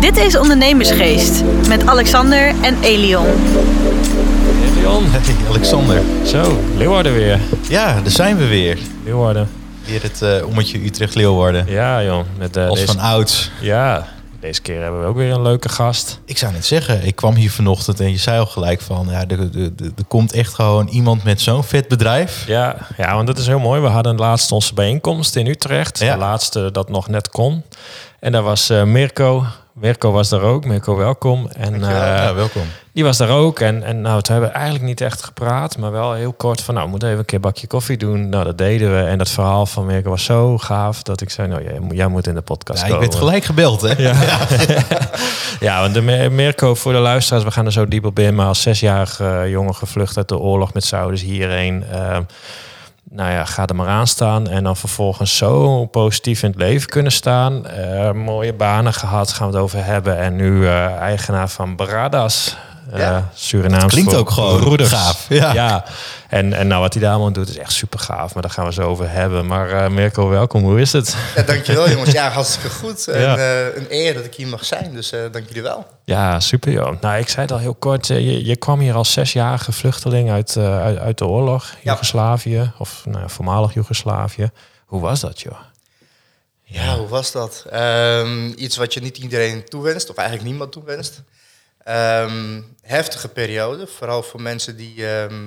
Dit is Ondernemersgeest met Alexander en Elion. Elion. Hey, Alexander. Zo, Leeuwarden weer. Ja, daar zijn we weer. Leeuwarden. Weer het ommetje Utrecht-Leeuwarden. Ja, joh. Met, Als deze... van ouds. Ja, deze keer hebben we ook weer een leuke gast. Ik zou net zeggen, ik kwam hier vanochtend en je zei al gelijk van... Ja, er komt echt gewoon iemand met zo'n vet bedrijf. Ja, want dat is heel mooi. We hadden laatst onze bijeenkomst in Utrecht. Ja. De laatste dat nog net kon. En daar was Mirko. Mirko was daar ook. Mirko, welkom. En, ja, welkom. Die was daar ook. En nou, toen hebben we eigenlijk niet echt gepraat, maar wel heel kort van, nou, we moeten even een keer een bakje koffie doen. Nou, dat deden we. En dat verhaal van Mirko was zo gaaf dat ik zei, nou, jij moet in de podcast komen. Ik werd gelijk gebeld, hè? Ja, ja, want Mirko, voor de luisteraars, we gaan er zo diep op in, maar als 6-jarige jongen gevlucht uit de oorlog met zijn ouders hierheen. Nou ja, ga er maar aan staan. En dan vervolgens zo positief in het leven kunnen staan. Mooie banen gehad, gaan we het over hebben. En nu eigenaar van Bradas. Surinaams. Klinkt ook gewoon broeders. Gaaf. Ja. En nou, wat hij daar allemaal doet is echt super gaaf. Maar daar gaan we zo over hebben. Maar Mirko, welkom. Hoe is het? Ja, dankjewel jongens. Ja, hartstikke goed. En, een eer dat ik hier mag zijn. Dus dank jullie wel. Ja, super joh. Nou, ik zei het al heel kort. Je kwam hier als 6-jarige vluchteling uit de oorlog. Joegoslavië. Of nou, voormalig Joegoslavië. Hoe was dat joh? Ja, hoe was dat? Iets wat je niet iedereen toewenst. Of eigenlijk niemand toewenst. Heftige periode. Vooral voor mensen die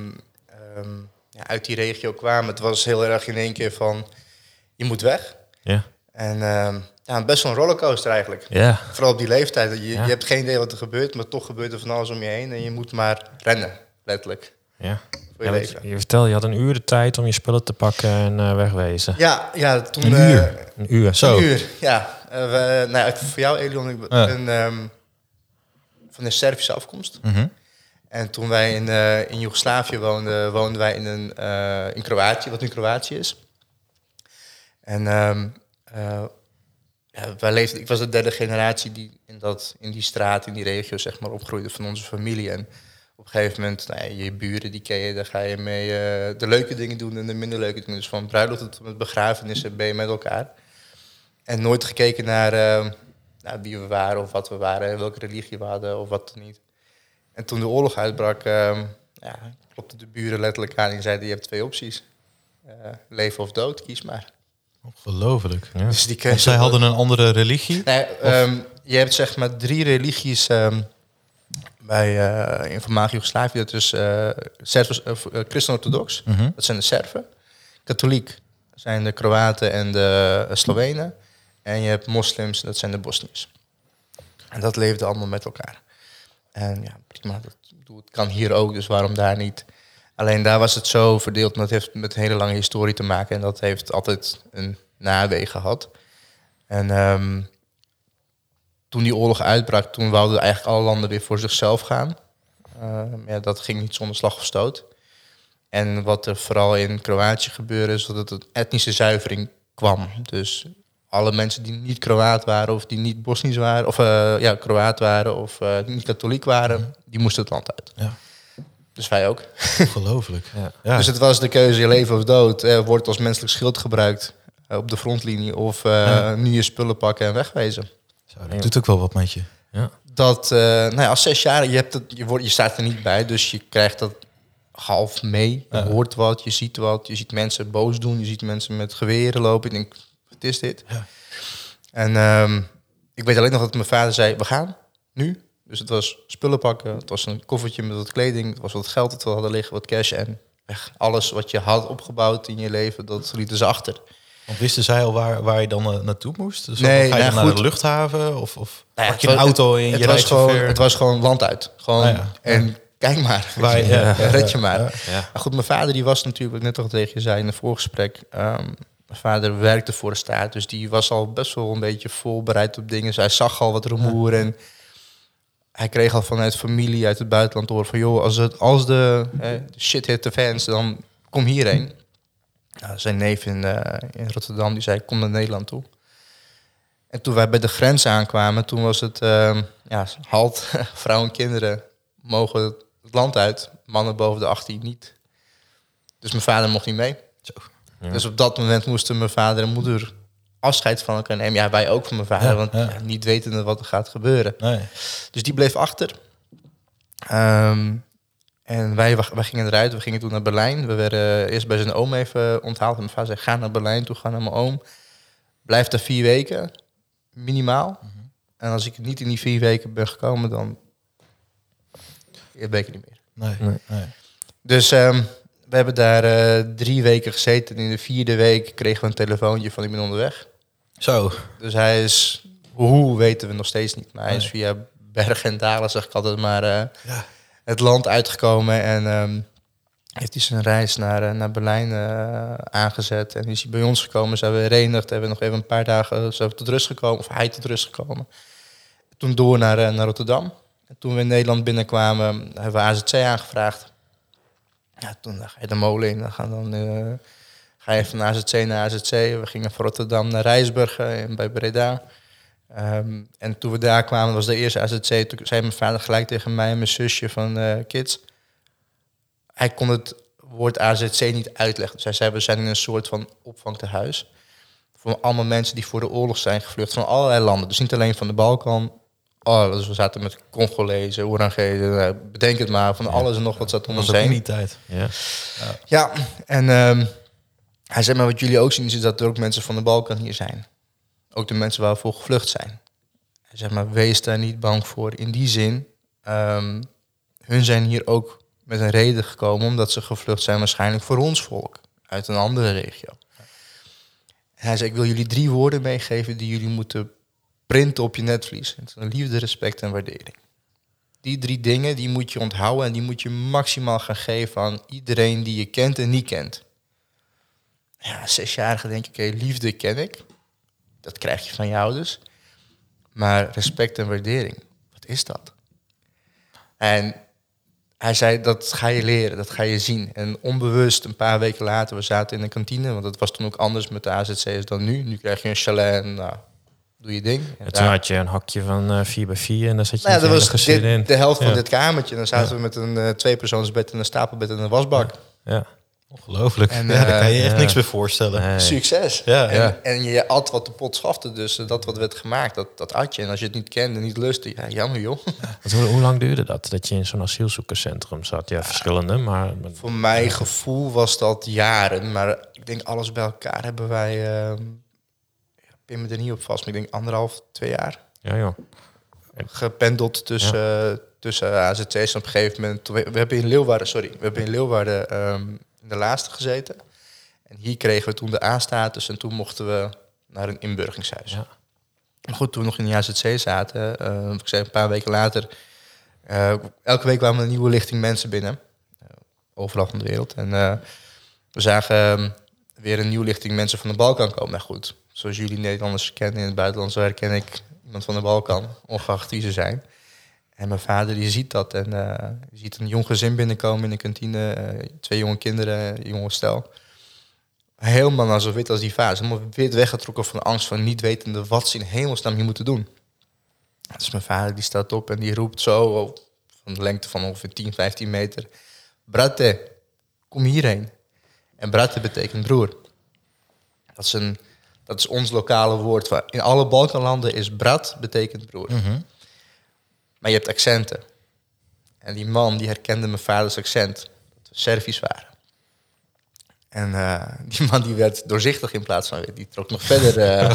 uit die regio kwamen. Het was heel erg in één keer van, je moet weg. Ja. En best wel een rollercoaster eigenlijk. Ja. Vooral op die leeftijd. Je hebt geen idee wat er gebeurt, maar toch gebeurt er van alles om je heen. En je moet maar rennen, letterlijk. Ja. Voor je leven. Je vertelde, je had een uur de tijd om je spullen te pakken en wegwezen. Ja, toen... Een uur, zo. Een uur, ja. Voor jou, Elion, ik ben van een Servische afkomst. Mm-hmm. En toen wij in Joegoslavië woonden wij in Kroatië, wat nu Kroatië is. En wij leefden, ik was de derde generatie die in die straat, in die regio, zeg maar, opgroeide van onze familie. En op een gegeven moment, je buren, die ken je, daar ga je mee de leuke dingen doen en de minder leuke dingen. Dus van bruiloft tot met begrafenissen ben je met elkaar. En nooit gekeken naar wie we waren of wat we waren, welke religie we hadden of wat niet. En toen de oorlog uitbrak, klopten de buren letterlijk aan en zeiden, je hebt 2 opties. Leven of dood, kies maar. Ongelooflijk. Ja. Dus die zij hadden een andere religie? Nee, je hebt zeg maar 3 religies in voormalig Joegoslavië. Dat is christen-orthodox, dat zijn de Serven. Katholiek zijn de Kroaten en de Slovenen. En je hebt moslims, dat zijn de Bosniërs. En dat leefde allemaal met elkaar. En ja, prima, het kan hier ook, dus waarom daar niet? Alleen daar was het zo verdeeld, maar dat heeft met een hele lange historie te maken. En dat heeft altijd een nawee gehad. En toen die oorlog uitbrak, toen wouden eigenlijk alle landen weer voor zichzelf gaan. Dat ging niet zonder slag of stoot. En wat er vooral in Kroatië gebeurde, is dat het een etnische zuivering kwam. Dus alle mensen die niet Kroaat waren of die niet Bosnisch waren, of Kroaat waren of niet katholiek waren, die moesten het land uit. Ja. Dus wij ook. Ongelooflijk. Ja. Dus het was de keuze, je leven of dood. Wordt als menselijk schild gebruikt op de frontlinie of nu je spullen pakken en wegwezen. Zo, dat doet ook wel wat met je. Ja. Dat, als 6 jaar, je staat er niet bij, dus je krijgt dat half mee. Je hoort wat, je ziet mensen boos doen, je ziet mensen met geweren lopen. Ik denk, wat is dit? Ja. En ik weet alleen nog dat mijn vader zei, we gaan nu. Dus het was spullen pakken, het was een koffertje met wat kleding, het was wat geld dat we hadden liggen, wat cash en weg. Alles wat je had opgebouwd in je leven, dat lieten ze achter. Want wisten zij al waar je dan naartoe moest? Dus nee, ga je dan naar de luchthaven? Of pak je een auto in je rijdt het was gewoon land uit. Gewoon, en kijk maar, red je maar. Ja. Maar goed, mijn vader die was natuurlijk, net al tegen je zei in een voorgesprek, mijn vader werkte voor de staat, dus die was al best wel een beetje voorbereid op dingen. Dus hij zag al wat rumoer en hij kreeg al vanuit familie uit het buitenland te horen van, joh, als de shit hit the fans, dan kom hierheen. Nou, zijn neef in Rotterdam, die zei, kom naar Nederland toe. En toen wij bij de grens aankwamen, toen was het, halt, vrouwen en kinderen mogen het land uit, mannen boven de 18 niet. Dus mijn vader mocht niet mee. Zo. Ja. Dus op dat moment moesten mijn vader en moeder afscheid van elkaar nemen. Ja, wij ook van mijn vader, want niet wetende wat er gaat gebeuren. Nee. Dus die bleef achter. En wij gingen eruit. We gingen toen naar Berlijn. We werden eerst bij zijn oom even onthaald. En mijn vader zei, ga naar Berlijn toe, ga naar mijn oom. Blijf daar 4 weken, minimaal. En als ik niet in die 4 weken ben gekomen, dan weet ik niet meer. Nee. Dus we hebben daar 3 weken gezeten. En in de 4e week kregen we een telefoontje van ik ben onderweg. Zo. Dus hij is, hoe weten we nog steeds niet. Maar hij is via bergen en dalen, zeg ik altijd maar, het land uitgekomen. En heeft hij zijn reis naar Berlijn aangezet. En is hij bij ons gekomen, zijn we herenigd. Hebben we nog even een paar dagen zijn we tot rust gekomen. Of hij tot rust gekomen. Toen door naar Rotterdam. En toen we in Nederland binnenkwamen, hebben we AZC aangevraagd. Ja, toen ga je de molen in. Dan ga je van AZC naar AZC. We gingen van Rotterdam naar Rijsburg bij Breda. En toen we daar kwamen, was de eerste AZC. Toen zei mijn vader gelijk tegen mij en mijn zusje van kids. Hij kon het woord AZC niet uitleggen. Dus hij zei, we zijn in een soort van opvangtehuis. Voor allemaal mensen die voor de oorlog zijn gevlucht van allerlei landen. Dus niet alleen van de Balkan. Dus we zaten met Congolezen, Oerangezen, bedenk het maar. Van alles en nog wat zat om ons heen. Dat was ook in die tijd. Ja, en hij zei, maar wat jullie ook zien is dat er ook mensen van de Balkan hier zijn. Ook de mensen waar we voor gevlucht zijn. Hij zei, maar wees daar niet bang voor. In die zin, hun zijn hier ook met een reden gekomen, omdat ze gevlucht zijn waarschijnlijk voor ons volk. Uit een andere regio. En hij zei, ik wil jullie 3 woorden meegeven die jullie moeten printen op je netvlies. Het is liefde, respect en waardering. Die 3 dingen, die moet je onthouden en die moet je maximaal gaan geven aan iedereen die je kent en niet kent. Ja, 6-jarige denk ik, oké, liefde ken ik. Dat krijg je van je ouders. Maar respect en waardering, wat is dat? En hij zei, dat ga je leren, dat ga je zien. En onbewust, een paar weken later, we zaten in een kantine, want dat was toen ook anders met de AZC's dan nu. Nu krijg je een chalet en doe je ding. En toen had je een hakje van 4x4 en daar zat je dat was in. De helft van dit kamertje. En dan zaten we met een 2-persoonsbed en een stapelbed en een wasbak. Ja. Ongelooflijk. En, daar kan je echt niks meer voorstellen. Nee. Succes. Ja. En je at wat de pot schafte, dus dat wat werd gemaakt, dat at je. En als je het niet kende, niet lustte, ja, jammer joh. Hoe lang duurde dat je in zo'n asielzoekerscentrum zat? Ja, verschillende, maar... Voor mijn gevoel was dat jaren. Maar ik denk alles bij elkaar hebben wij... pin me er niet op vast, maar ik denk 1,5-2 jaar. Ja, joh. Gependeld tussen AZC's. En op een gegeven moment... We hebben in Leeuwarden in de laatste gezeten. En hier kregen we toen de A-status en toen mochten we naar een inburgingshuis. Ja. Maar goed, toen we nog in de AZC zaten, ik zei een paar weken later... elke week kwamen een nieuwe lichting mensen binnen. Overal van de wereld. En we zagen weer een nieuwe lichting mensen van de Balkan komen. Nou goed, zoals jullie Nederlanders kennen in het buitenland, zo herken ik iemand van de Balkan, ongeacht wie ze zijn. En mijn vader die ziet dat en je ziet een jong gezin binnenkomen in de kantine, 2 jonge kinderen, een jonge stel. Helemaal zo wit als die vader. Helemaal wit weggetrokken van angst, van niet wetende wat ze in hemelsnaam hier moeten doen. Dus mijn vader die staat op en die roept zo, van de lengte van ongeveer 10-15 meter... Brate, kom hierheen. En brate betekent broer. Dat is ons lokale woord. In alle Balkanlanden is brat betekent broer. Mm-hmm. Maar je hebt accenten. En die man die herkende mijn vaders accent. Dat we Servisch waren. En die man die werd doorzichtig in plaats van wit. Die trok nog verder.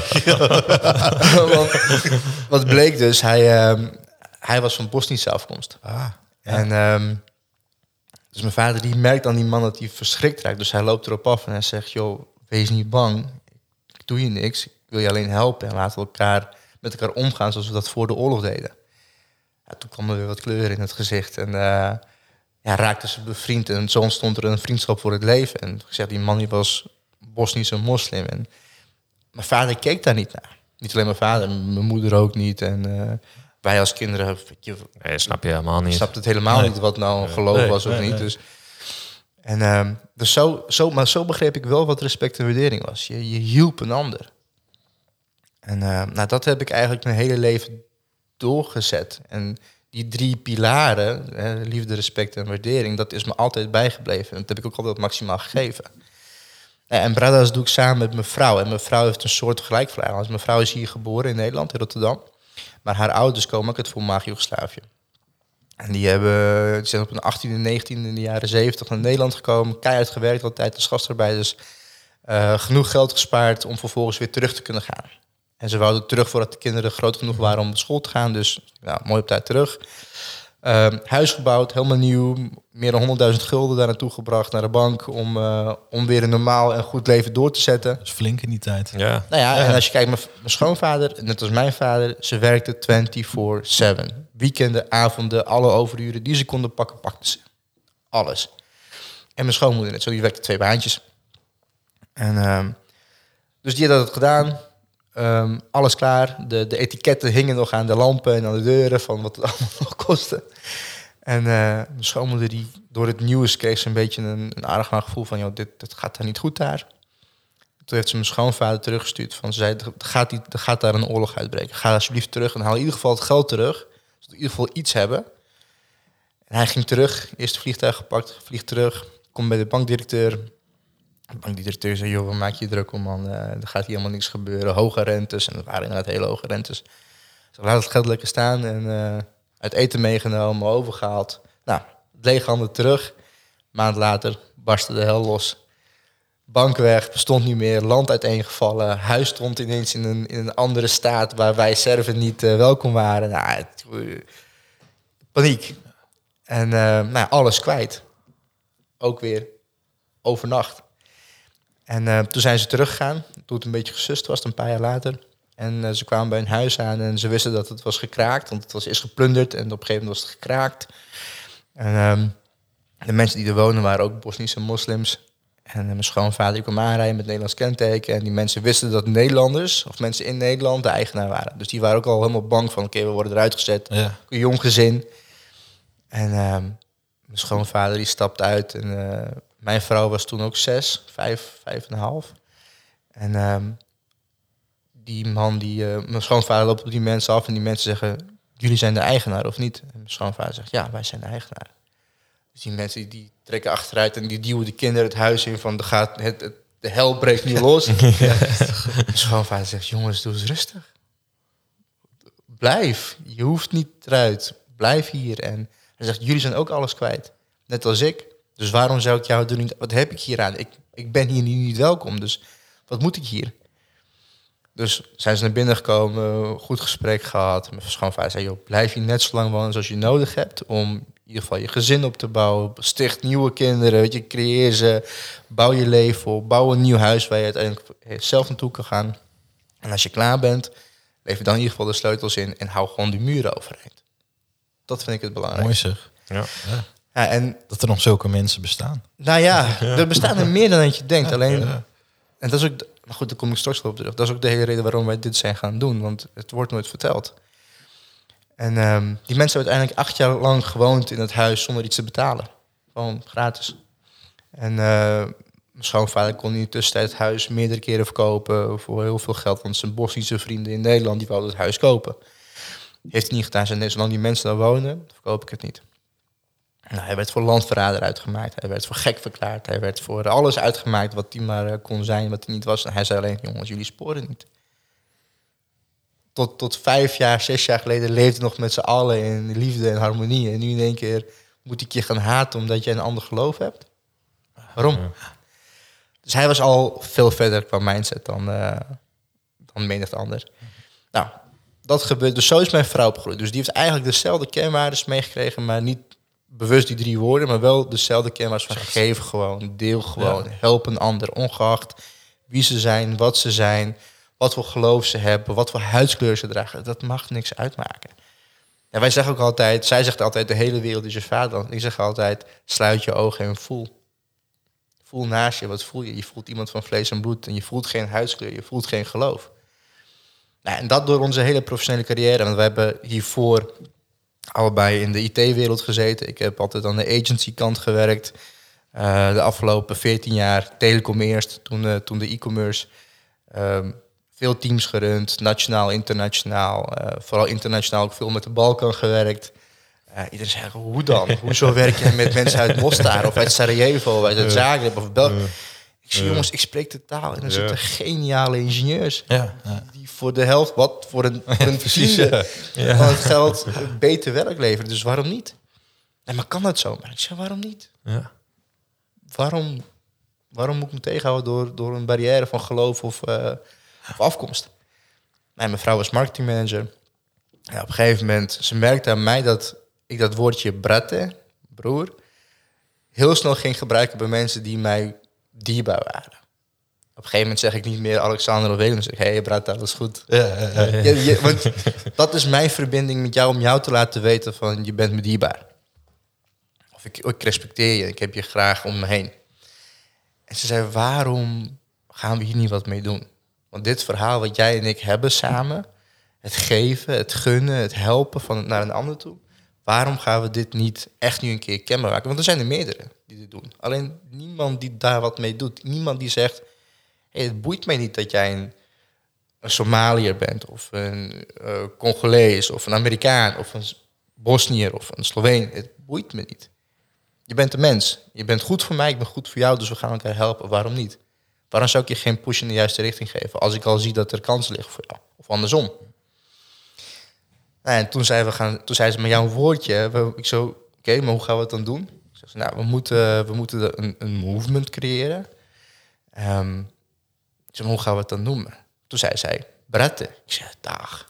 Wat bleek dus, hij was van Bosnische afkomst. Ja. En dus mijn vader die merkt aan die man dat hij verschrikt raakt. Dus hij loopt erop af en hij zegt, joh, wees niet bang. Ik doe je niks. Ik wil je alleen helpen. En laten we met elkaar omgaan zoals we dat voor de oorlog deden. Ja, toen kwam er weer wat kleur in het gezicht. En raakten ze bevriend. En zo ontstond er een vriendschap voor het leven. En ik zeg, die man die was Bosnische moslim. En mijn vader keek daar niet naar. Niet alleen mijn vader, mijn moeder ook niet. En wij als kinderen... snap je helemaal niet. Snapte het helemaal niet wat nou een geloof was of niet. Nee. Dus zo begreep ik wel wat respect en waardering was. Je hielp een ander. En dat heb ik eigenlijk mijn hele leven doorgezet. En die 3 pilaren, liefde, respect en waardering, dat is me altijd bijgebleven. En dat heb ik ook altijd maximaal gegeven. En Bradas doe ik samen met mijn vrouw. En mijn vrouw heeft een soort gelijkverhaal. Mijn vrouw is hier geboren in Nederland, in Rotterdam. Maar haar ouders komen ook uit voormalig Joegoslavië. En die zijn op een 18e, 19e in de jaren 70 naar Nederland gekomen. Keihard gewerkt altijd als gastarbeiders. Genoeg geld gespaard om vervolgens weer terug te kunnen gaan. En ze wouden terug voordat de kinderen groot genoeg waren om naar school te gaan. Dus mooi op tijd terug. Huis gebouwd, helemaal nieuw. Meer dan 100.000 gulden daar naartoe gebracht naar de bank om weer een normaal en goed leven door te zetten. Dat is flink in die tijd. Ja. En als je kijkt, mijn schoonvader, net als mijn vader, ze werkte 24/7. Weekenden, avonden, alle overuren die ze konden pakken, pakten ze. Alles. En mijn schoonmoeder net zo, die werkte 2 baantjes. En dus die had dat gedaan. Alles klaar. De etiketten hingen nog aan de lampen en aan de deuren van wat het allemaal nog kostte. En mijn schoonmoeder, die door het nieuws kreeg ze een beetje een aardig gevoel van, joh, dit gaat daar niet goed daar. Toen heeft ze mijn schoonvader teruggestuurd. Ze zei, er gaat daar een oorlog uitbreken. Ga alsjeblieft terug en haal in ieder geval het geld terug. Zodat we in ieder geval iets hebben. En hij ging terug. Eerst vliegtuig gepakt, vliegt terug. Komt bij de bankdirecteur. De bankdirecteur zei, joh, waar maak je je druk om, man? Er gaat hier helemaal niks gebeuren. Hoge rentes. En dat waren inderdaad hele hoge rentes. Dus laat het geld lekker staan. En uit eten meegenomen, overgehaald. Nou, lege handen terug. Maand later barstte de hel los. Bank weg, bestond niet meer. Land uiteengevallen. Huis stond ineens in een andere staat waar wij Serven niet welkom waren. Paniek. En alles kwijt. Ook weer overnacht. En toen zijn ze teruggegaan. Toen het een beetje gesust was, een paar jaar later. En ze kwamen bij een huis aan en ze wisten dat het was gekraakt. Want het was eerst geplunderd en op een gegeven moment was het gekraakt. En de mensen die er wonen waren ook Bosnische moslims. En mijn schoonvader kwam aanrijden met Nederlands kenteken. En die mensen wisten dat Nederlanders, of mensen in Nederland, de eigenaar waren. Dus die waren ook al helemaal bang van, oké, we worden eruit gezet. Ja. Een jong gezin. En mijn schoonvader die stapte uit. En mijn vrouw was toen ook 6, 5,5. En die man, mijn schoonvader loopt op die mensen af. En die mensen zeggen, jullie zijn de eigenaar of niet? En mijn schoonvader zegt, ja, wij zijn de eigenaar. Dus die mensen die trekken achteruit en die duwen de kinderen het huis in van de hel breekt nu los. Ja. Mijn schoonvader zegt, jongens, doe eens rustig. Blijf, je hoeft niet eruit. Blijf hier. En hij zegt, jullie zijn ook alles kwijt. Net als ik. Dus waarom zou ik jou doen? Wat heb ik hier aan? Ik ben hier niet welkom, dus wat moet ik hier? Dus zijn ze naar binnen gekomen, goed gesprek gehad. Mijn schoonvader zei, joh, blijf hier net zo lang wonen zoals je nodig hebt om in ieder geval je gezin op te bouwen. Sticht nieuwe kinderen, weet je, creëer ze. Bouw je leven op, bouw een nieuw huis waar je uiteindelijk zelf naartoe kan gaan. En als je klaar bent, lever dan in ieder geval de sleutels in en hou gewoon de muren overeind. Dat vind ik het belangrijkste. Mooi zeg. Ja. Ja, en dat er nog zulke mensen bestaan. Nou ja, er bestaan er meer dan dat je denkt. Alleen, en dat is ook, maar goed, daar kom ik straks wel op terug. Dat is ook de hele reden waarom wij dit zijn gaan doen, want het wordt nooit verteld. En die mensen hebben uiteindelijk 8 jaar lang gewoond in het huis zonder iets te betalen. Gewoon gratis. En mijn schoonvader kon in de tussentijd het huis meerdere keren verkopen voor heel veel geld. Want zijn Bosnische vrienden in Nederland, die wilden het huis kopen. Heeft hij niet gedaan. Zei, nee, zolang die mensen daar wonen, verkoop ik het niet. Nou, hij werd voor landverrader uitgemaakt. Hij werd voor gek verklaard. Hij werd voor alles uitgemaakt wat hij maar kon zijn, wat hij niet was. En hij zei alleen, jongens, jullie sporen niet. Tot 5 jaar, 6 jaar geleden leefde nog met z'n allen in liefde en harmonie. En nu in één keer moet ik je gaan haten omdat jij een ander geloof hebt. Waarom? Ja. Dus hij was al veel verder qua mindset dan menig ander. Nou, dat gebeurt. Dus zo is mijn vrouw opgegroeid. Dus die heeft eigenlijk dezelfde kenwaarden meegekregen, maar niet bewust die 3 woorden, maar wel dezelfde kenwaarden van geef gewoon, deel gewoon, help een ander, ongeacht wie ze zijn, wat ze zijn, wat voor geloof ze hebben, wat voor huidskleur ze dragen. Dat mag niks uitmaken. En wij zeggen ook altijd, zij zegt altijd, de hele wereld is je vaderland. Ik zeg altijd, sluit je ogen en voel. Voel naast je, wat voel je? Je voelt iemand van vlees en bloed en je voelt geen huidskleur, je voelt geen geloof. Nou, en dat door onze hele professionele carrière. Want we hebben hiervoor allebei in de IT-wereld gezeten. Ik heb altijd aan de agency-kant gewerkt. De afgelopen 14 jaar telecom eerst, toen de e-commerce. Veel teams gerund, nationaal, internationaal. Vooral internationaal ook veel met de Balkan gewerkt. Iedereen zei, hoe dan? Hoezo werk jij met mensen uit Mostar of uit Sarajevo of uit Zagreb of België? Ik zeg, jongens, ik spreek de taal. En er zitten geniale ingenieurs. Ja. Die voor de helft, voor een precies, tiende van het geld beter werk leveren. Dus waarom niet? Nee, maar kan dat zo? Maar ik zeg, waarom niet? Ja. Waarom moet ik me tegenhouden door een barrière van geloof of afkomst? Nee, mijn vrouw was marketingmanager. Ja, op een gegeven moment, ze merkte aan mij dat ik dat woordje brate, broer, heel snel ging gebruiken bij mensen die mij dierbaar waren. Op een gegeven moment zeg ik niet meer Alexander of Willem. Zeg hey, brate, dat is goed. Want dat is mijn verbinding met jou om jou te laten weten van je bent me dierbaar. Of ik respecteer je, ik heb je graag om me heen. En ze zei, waarom gaan we hier niet wat mee doen? Want dit verhaal wat jij en ik hebben samen, het geven, het gunnen, het helpen van naar een ander toe, waarom gaan we dit niet echt nu een keer kenbaar maken? Want er zijn er meerdere die dit doen. Alleen niemand die daar wat mee doet. Niemand die zegt, hey, het boeit mij niet dat jij een Somaliër bent, of een Congolees, of een Amerikaan, of een Bosniër, of een Sloveen. Het boeit me niet. Je bent een mens. Je bent goed voor mij, ik ben goed voor jou, dus we gaan elkaar helpen. Waarom niet? Waarom zou ik je geen push in de juiste richting geven als ik al zie dat er kansen liggen voor jou? Of andersom. Nou, en toen zei ze, maar jouw woordje. Ik zo, oké, maar hoe gaan we het dan doen? Ik zeg, nou, we moeten een movement creëren. Ik zeg, maar hoe gaan we het dan noemen? Toen zei zij, brette. Ik zei, dag.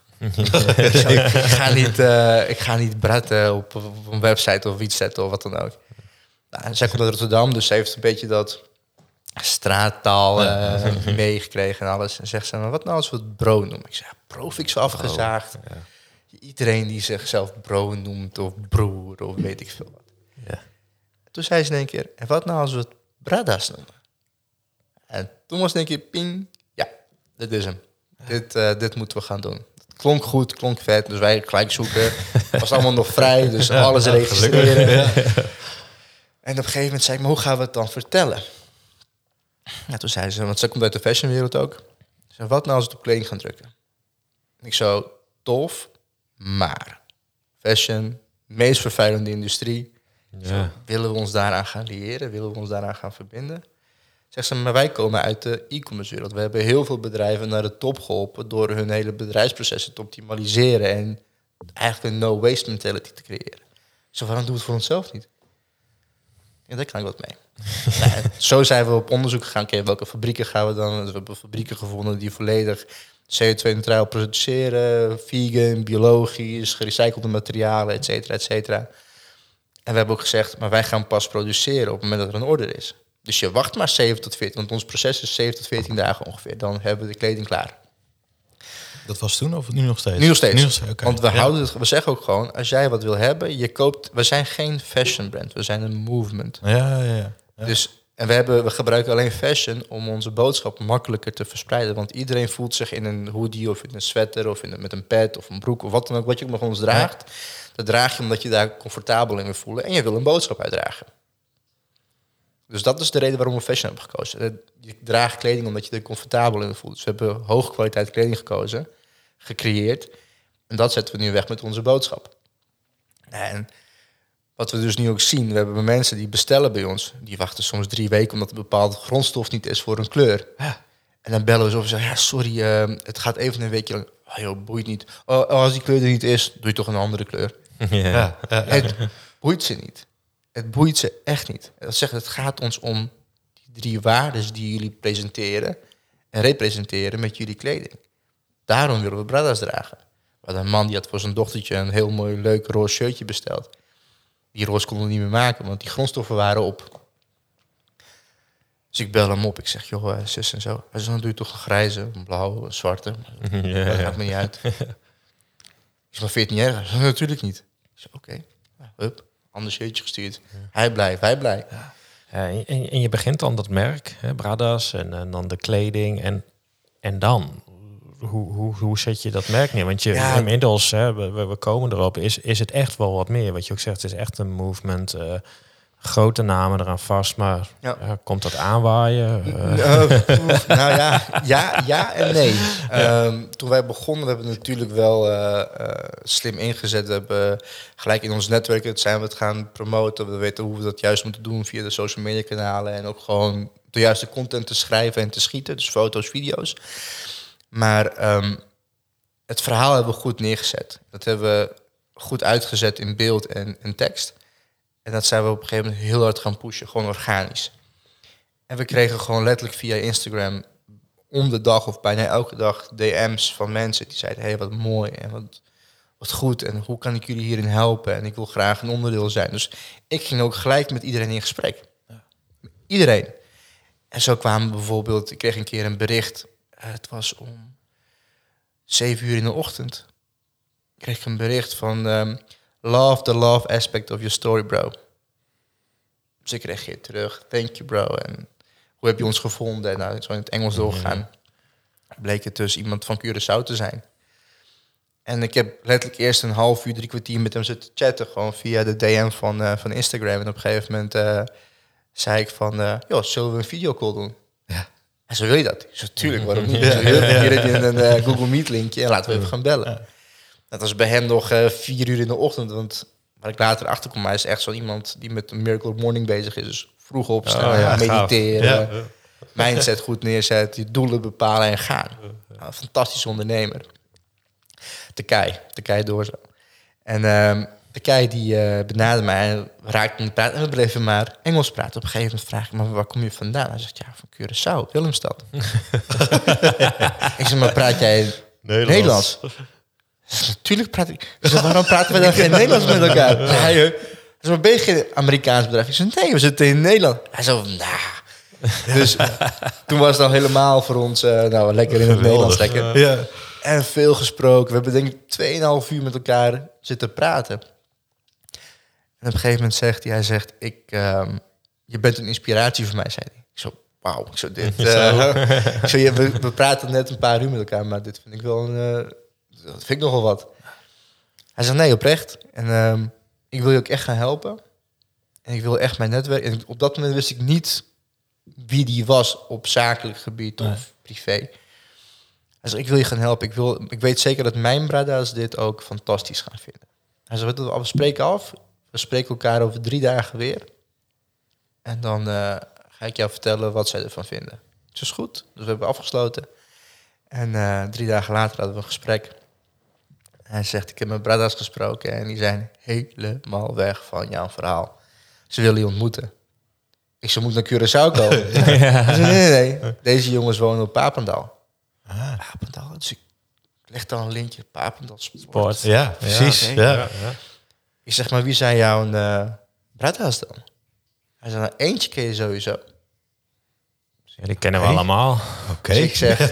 Ik ga niet bretten op een website of iets zetten of wat dan ook. Nou, zij komt uit Rotterdam, dus ze heeft een beetje dat straattaal meegekregen en alles. En zegt ze, maar wat nou als we het bro noemen? Ik zeg, bro vind ik zo afgezaagd. Ja. Iedereen die zichzelf bro noemt of broer of weet ik veel wat. Ja. Toen zei ze in één keer, en wat nou als we het bradas noemen? En toen was in één keer ping, ja, dit is hem. Dit moeten we gaan doen. Klonk goed, klonk vet, dus wij gelijk zoeken. Het was allemaal nog vrij, dus alles registreren. Ja. En op een gegeven moment zei ik, maar hoe gaan we het dan vertellen? Ja, toen zei ze, want ze komt uit de fashionwereld ook. Ze zei, wat nou als we het op kleding gaan drukken? Ik zo, tof, maar fashion, meest vervuilende industrie. Ja. Zo, willen we ons daaraan gaan leren? Willen we ons daaraan gaan verbinden? Zegt ze, maar wij komen uit de e-commerce wereld. We hebben heel veel bedrijven naar de top geholpen door hun hele bedrijfsprocessen te optimaliseren en eigenlijk een no-waste mentality te creëren. Zo, waarom doen we het voor onszelf niet? En daar kan ik wat mee. Nou, zo zijn we op onderzoek gegaan. Oké, welke fabrieken gaan we dan? We hebben fabrieken gevonden die volledig CO2-neutraal produceren, vegan, biologisch, gerecyclede materialen, et cetera, et cetera. En we hebben ook gezegd, maar wij gaan pas produceren op het moment dat er een order is. Dus je wacht maar 7 tot 14, want ons proces is 7 tot 14 dagen ongeveer. Dan hebben we de kleding klaar. Dat was toen of nu nog steeds? Nu nog steeds. Okay. Want we zeggen ook gewoon, als jij wat wil hebben, je koopt. We zijn geen fashion brand, we zijn een movement. Ja. Dus, en we gebruiken alleen fashion om onze boodschap makkelijker te verspreiden. Want iedereen voelt zich in een hoodie of in een sweater of met een pet of een broek of wat dan ook, wat je ook nog ons draagt. Ja. Dat draag je omdat je daar comfortabel in wil voelen en je wil een boodschap uitdragen. Dus dat is de reden waarom we fashion hebben gekozen. Je draagt kleding omdat je er comfortabel in voelt. Dus we hebben hoge kwaliteit kleding gekozen, gecreëerd. En dat zetten we nu weg met onze boodschap. En wat we dus nu ook zien, we hebben mensen die bestellen bij ons. Die wachten soms 3 weken omdat een bepaalde grondstof niet is voor een kleur. Ja. En dan bellen we zo en zeggen, ja sorry, het gaat even een weekje lang. Oh joh, boeit niet. Oh, als die kleur er niet is, doe je toch een andere kleur. Ja. Het boeit ze niet. Het boeit ze echt niet. Dat zegt, het gaat ons om die 3 waarden die jullie presenteren en representeren met jullie kleding. Daarom willen we bradas dragen. We hadden een man die had voor zijn dochtertje een heel mooi leuk roze shirtje besteld. Die roze konden we niet meer maken, want die grondstoffen waren op. Dus ik bel hem op. Ik zeg, joh, zus en zo. Hij zegt, dan doe je toch een grijze, een blauwe, een zwarte. Dat maakt me niet uit. Ik zeg, maar vind je het niet erg? Natuurlijk niet. Ik zeg, oké. Hup. Ander shirtje gestuurd. Ja. Hij blij, wij blij. Ja. En je begint dan dat merk, hè, bradas, en dan de kleding. En dan, hoe zet je dat merk neer? Want inmiddels, hè, we komen erop, is het echt wel wat meer. Wat je ook zegt, het is echt een movement. Grote namen eraan vast, maar komt dat aanwaaien? Ja en nee. Toen wij begonnen, we hebben natuurlijk wel slim ingezet. We hebben gelijk in ons netwerk zijn we het gaan promoten. We weten hoe we dat juist moeten doen via de social media kanalen. En ook gewoon de juiste content te schrijven en te schieten. Dus foto's, video's. Maar het verhaal hebben we goed neergezet. Dat hebben we goed uitgezet in beeld en tekst. En dat zijn we op een gegeven moment heel hard gaan pushen. Gewoon organisch. En we kregen gewoon letterlijk via Instagram om de dag of bijna elke dag DM's van mensen die zeiden: hey, wat mooi en wat goed en hoe kan ik jullie hierin helpen en ik wil graag een onderdeel zijn. Dus ik ging ook gelijk met iedereen in gesprek. Ja. Iedereen. En zo kwamen bijvoorbeeld, ik kreeg een keer een bericht. Het was om 7 uur in de ochtend. Ik kreeg een bericht van love the love aspect of your story, bro. Dus ik reageer terug, thank you, bro. En hoe heb je ons gevonden? En nou, zo in het Engels doorgegaan. Bleek het dus iemand van Curaçao te zijn. En ik heb letterlijk eerst een half uur, 3 kwartier met hem zitten chatten. Gewoon via de DM van Instagram. En op een gegeven moment zei ik van, joh, zullen we een videocall doen? Ja. En zo wil je dat? Ik zei, tuurlijk, waarom niet? Ja. Hier heb je een Google Meet linkje en laten we even gaan bellen. Ja. Dat was bij hem nog 4 uur in de ochtend. Want waar ik later achter kom, hij is echt zo iemand die met een Miracle Morning bezig is. Dus vroeg opstaan, mediteren, mindset goed neerzetten, je doelen bepalen en gaan. Een fantastische ondernemer. Tekij door zo. En Tekij die benaderde mij en raakte in de praat. En we bleven maar Engels praten. Op een gegeven moment vraag ik, maar waar kom je vandaan? Hij zegt, ja, van Curaçao, Willemstad. Ik zeg, maar praat jij Nederlands? Natuurlijk praat ik. Ik zeg, waarom praten we dan geen Nederlands met elkaar? Hij zei, maar ben je geen Amerikaans bedrijf? Ik zeg, nee, we zitten in Nederland. Hij zei, Dus toen was het al helemaal voor ons lekker in het Nederlands. Lekker. Ja. En veel gesproken. We hebben denk ik 2,5 uur met elkaar zitten praten. En op een gegeven moment zegt hij, je bent een inspiratie voor mij, zei hij. Ik zo, wauw. Ik zo, we praten net een paar uur met elkaar, maar dit vind ik wel dat vind ik nogal wat. Hij zegt, nee, oprecht. En ik wil je ook echt gaan helpen. En ik wil echt mijn netwerk. En op dat moment wist ik niet wie die was op zakelijk gebied of privé. Hij zegt, ik wil je gaan helpen. Ik weet zeker dat mijn brada's dit ook fantastisch gaan vinden. Hij zegt, we spreken af. We spreken elkaar over 3 dagen weer. En dan ga ik jou vertellen wat zij ervan vinden. Het is goed. Dus we hebben afgesloten. En 3 dagen later hadden we een gesprek. Hij zegt, ik heb met brada's gesproken en die zijn helemaal weg van jouw verhaal. Ze willen je ontmoeten. Ik zou moeten naar Curaçao komen. Hij zei, nee. Deze jongens wonen op Papendal. Papendal, dus ik leg dan een linkje. Papendal Sport. Ja, precies. Ja. Ik zeg, maar wie zijn jouw brada's dan? Hij zei, eentje ken je sowieso. Ja, die kennen we allemaal. Oké. Dus ik zeg,